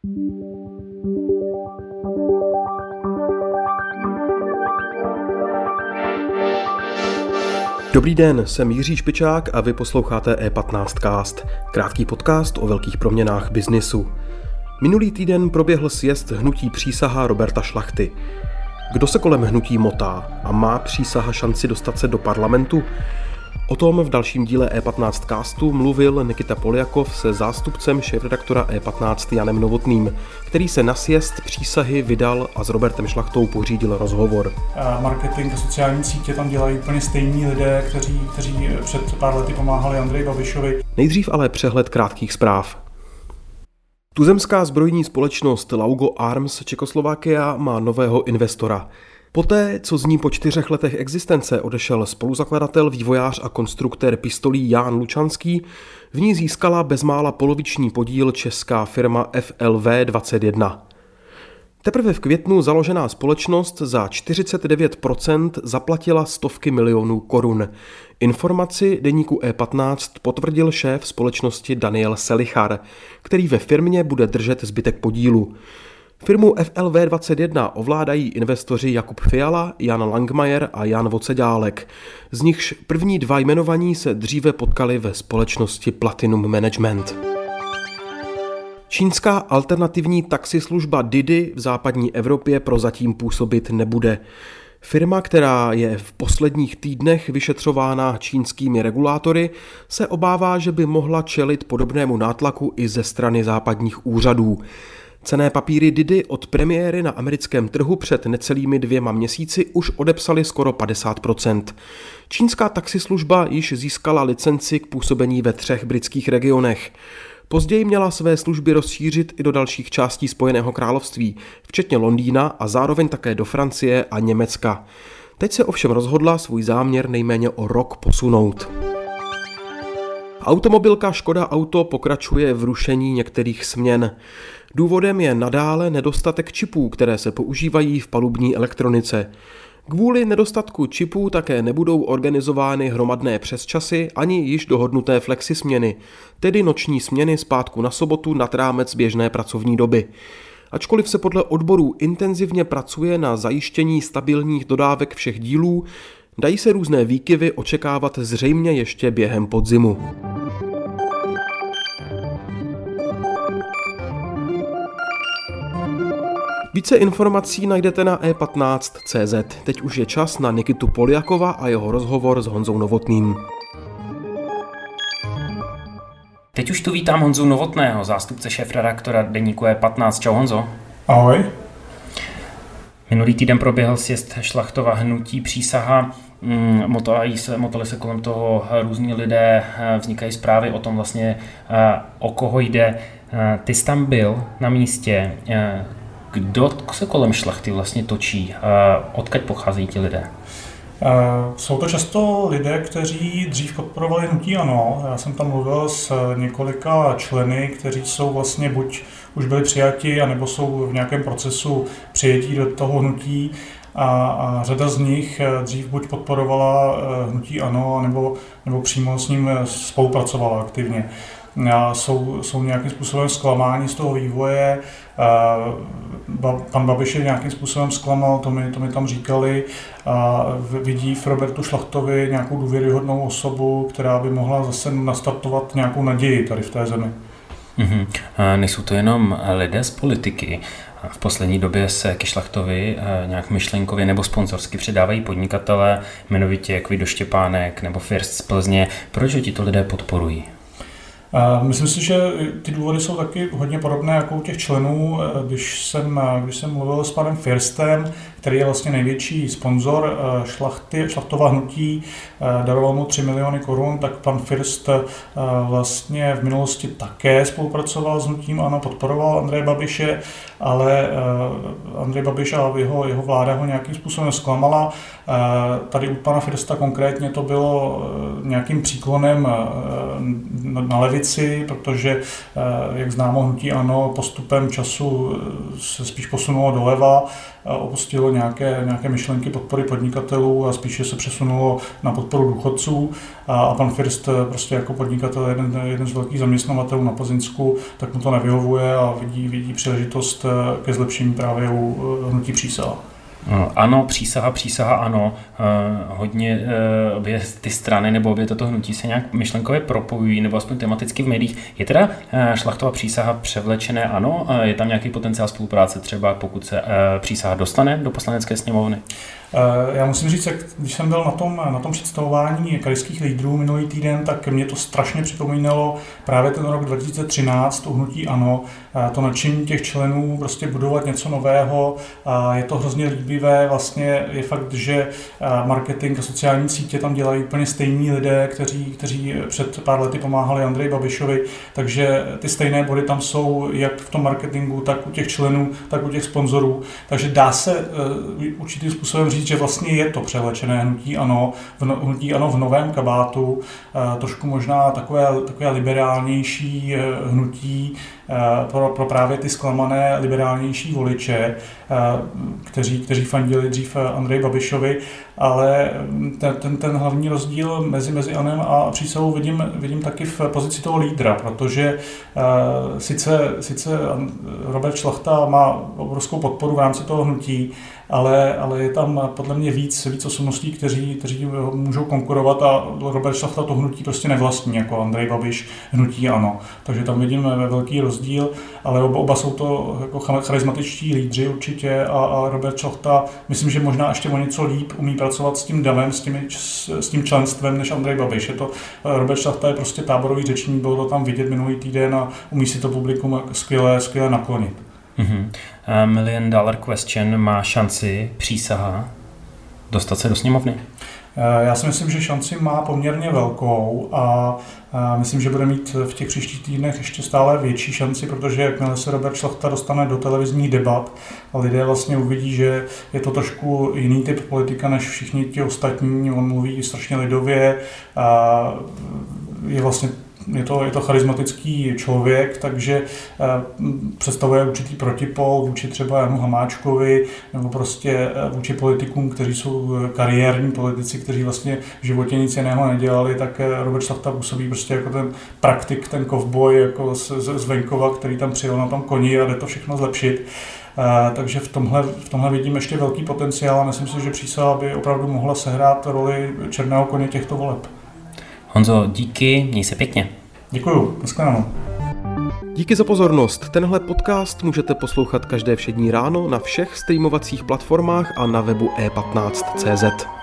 Dobrý den, jsem Jiří Špičák a vy posloucháte E15cast, krátký podcast o velkých proměnách biznisu. Minulý týden proběhl sjezd hnutí Přísaha Roberta Šlachty. Kdo se kolem hnutí motá a má Přísaha šanci dostat se do parlamentu? O tom v dalším díle E15castu mluvil Nikita Poljakov se zástupcem šéfredaktora E15 Janem Novotným, který se na sjezd Přísahy vydal a s Robertem Šlachtou pořídil rozhovor. Marketing a sociální sítě tam dělají úplně stejní lidé, kteří před pár lety pomáhali Andreji Babišovi. Nejdřív ale přehled krátkých zpráv. Tuzemská zbrojní společnost Laugo Arms Čekoslovakia má nového investora. Poté, co z ní po 4 letech existence odešel spoluzakladatel, vývojář a konstruktér pistolí Jan Lučanský, v ní získala bezmála poloviční podíl česká firma FLV 21. Teprve v květnu založená společnost za 49% zaplatila stovky milionů korun. Informaci deníku E15 potvrdil šéf společnosti Daniel Selichar, který ve firmě bude držet zbytek podílu. Firmu FLV21 ovládají investoři Jakub Fiala, Jan Langmajer a Jan Voceďálek. Z nichž první 2 jmenovaní se dříve potkali ve společnosti Platinum Management. Čínská alternativní taxislužba Didi v západní Evropě prozatím působit nebude. Firma, která je v posledních týdnech vyšetřována čínskými regulátory, se obává, že by mohla čelit podobnému nátlaku i ze strany západních úřadů. Cenné papíry Didi od premiéry na americkém trhu před necelými 2 měsíci už odepsali skoro 50%. Čínská taxislužba již získala licenci k působení ve 3 britských regionech. Později měla své služby rozšířit i do dalších částí Spojeného království, včetně Londýna a zároveň také do Francie a Německa. Teď se ovšem rozhodla svůj záměr nejméně o rok posunout. Automobilka Škoda Auto pokračuje v rušení některých směn. Důvodem je nadále nedostatek čipů, které se používají v palubní elektronice. Kvůli nedostatku čipů také nebudou organizovány hromadné přesčasy ani již dohodnuté flexisměny, tedy noční směny z pátku na sobotu nad rámec běžné pracovní doby. Ačkoliv se podle odborů intenzivně pracuje na zajištění stabilních dodávek všech dílů, dají se různé výkyvy očekávat zřejmě ještě během podzimu. Více informací najdete na e15.cz. Teď už je čas na Nikitu Poljakova a jeho rozhovor s Honzou Novotným. Teď už tu vítám Honzu Novotného, zástupce šéfredaktora deníku E15. Čau Honzo. Ahoj. Minulý týden proběhl sjezd Šlachtova hnutí Přísaha. Motali se kolem toho různí lidé, vznikají zprávy o tom vlastně, o koho jde. Ty jsi tam byl na místě. Kdo se kolem Šlachty vlastně točí? Odkud pocházejí ti lidé? Jsou to často lidé, kteří dřív podporovali hnutí ANO. Já jsem tam mluvil s několika členy, kteří jsou vlastně buď už byli přijati, anebo jsou v nějakém procesu přijetí do toho hnutí. A řada z nich dřív buď podporovala hnutí ANO, nebo přímo s ním spolupracovala aktivně. Jsou nějakým způsobem zklamáni z toho vývoje. Pan Babiš je nějakým způsobem zklamal, to mi tam říkali. Vidí v Robertu Šlachtovi nějakou důvěryhodnou osobu, která by mohla zase nastartovat nějakou naději tady v té zemi. Nejsou to jenom lidé z politiky. V poslední době se ke Šlachtovi nějak myšlenkově nebo sponzorsky předávají podnikatelé, jmenovitě Kvido Štěpánek nebo First z Plzně. Proč tito lidé podporují? Myslím si, že ty důvody jsou taky hodně podobné jako u těch členů. Když jsem mluvil s panem Firstem, který je vlastně největší sponzor Šlachtova hnutí, daroval mu 3 miliony korun, tak pan First vlastně v minulosti také spolupracoval s hnutím ANO, podporoval Andreje Babiše, ale Andrej Babiš a jeho vláda ho nějakým způsobem zklamala. Tady u pana Firsta konkrétně to bylo nějakým příklonem na levici, protože, jak známo, hnutí ANO postupem času se spíš posunulo doleva, opustilo nějaké myšlenky podpory podnikatelů a spíše se přesunulo na podporu důchodců a pan First prostě jako podnikatel, jeden z velkých zaměstnavatelů na Plzeňsku, tak mu to nevyhovuje a vidí příležitost ke zlepšení právě u hnutí Přísaha. Ano, přísaha, ano. Hodně obě ty strany nebo obě toto hnutí se nějak myšlenkově propojují, nebo aspoň tematicky v médiích. Je teda Šlachtova přísaha převlečené ano? Je tam nějaký potenciál spolupráce třeba, pokud se přísaha dostane do poslanecké sněmovny? Já musím říct, když jsem byl na tom představování krajských lídrů minulý týden, tak mě to strašně připomínalo právě ten rok 2013, u hnutí ANO, to nadšení těch členů prostě budovat něco nového. Je to hrozně líbivé, vlastně je fakt, že marketing a sociální sítě tam dělají úplně stejní lidé, kteří před pár lety pomáhali Andreji Babišovi, takže ty stejné body tam jsou jak v tom marketingu, tak u těch členů, tak u těch sponzorů. Takže dá se určitým způsobem říct, že vlastně je to převlečené hnutí ANO v novém kabátu, trošku možná takové liberálnější hnutí pro právě ty zklamané liberálnější voliče, kteří fandili dřív Andreji Babišovi, ale ten hlavní rozdíl mezi ANem a Přísahou vidím taky v pozici toho lídra, protože sice Robert Šlachta má obrovskou podporu v rámci toho hnutí, ale je tam podle mě víc osobností, kteří můžou konkurovat a Robert Šlachta to hnutí prostě nevlastní, jako Andrej Babiš hnutí ANO. Takže tam vidím velký rozdíl, ale oba jsou to jako charismatičtí lídři určitě a Robert Šlachta, myslím, že možná ještě o něco líp umí pracovat s tím davem, s tím členstvem, než Andrej Babiš. Robert Šlachta je prostě táborový řečník, bylo to tam vidět minulý týden a umí si to publikum skvěle naklonit. $1 million question, má šanci Přísaha dostat se do sněmovny? Já si myslím, že šanci má poměrně velkou a myslím, že bude mít v těch příštích týdnech ještě stále větší šanci, protože jakmile se Robert Šlachta dostane do televizních debat a lidé vlastně uvidí, že je to trošku jiný typ politika než všichni ti ostatní, on mluví strašně lidově, je to charismatický člověk, takže představuje určitý protipol vůči třeba Janu Hamáčkovi nebo prostě vůči politikům, kteří jsou kariérní politici, kteří vlastně v životě nic jiného nedělali, tak Robert Šlachta působí prostě jako ten praktik, ten kovboj jako z venkova, který tam přijel na tom koni a jde to všechno zlepšit. Takže v tomhle vidím ještě velký potenciál a myslím si, že Přísaha by opravdu mohla sehrát roli černého koně těchto voleb. Honzo, díky, měj se pěkně. Děkuju, nashledanou. Díky za pozornost. Tenhle podcast můžete poslouchat každé všední ráno na všech streamovacích platformách a na webu e15.cz.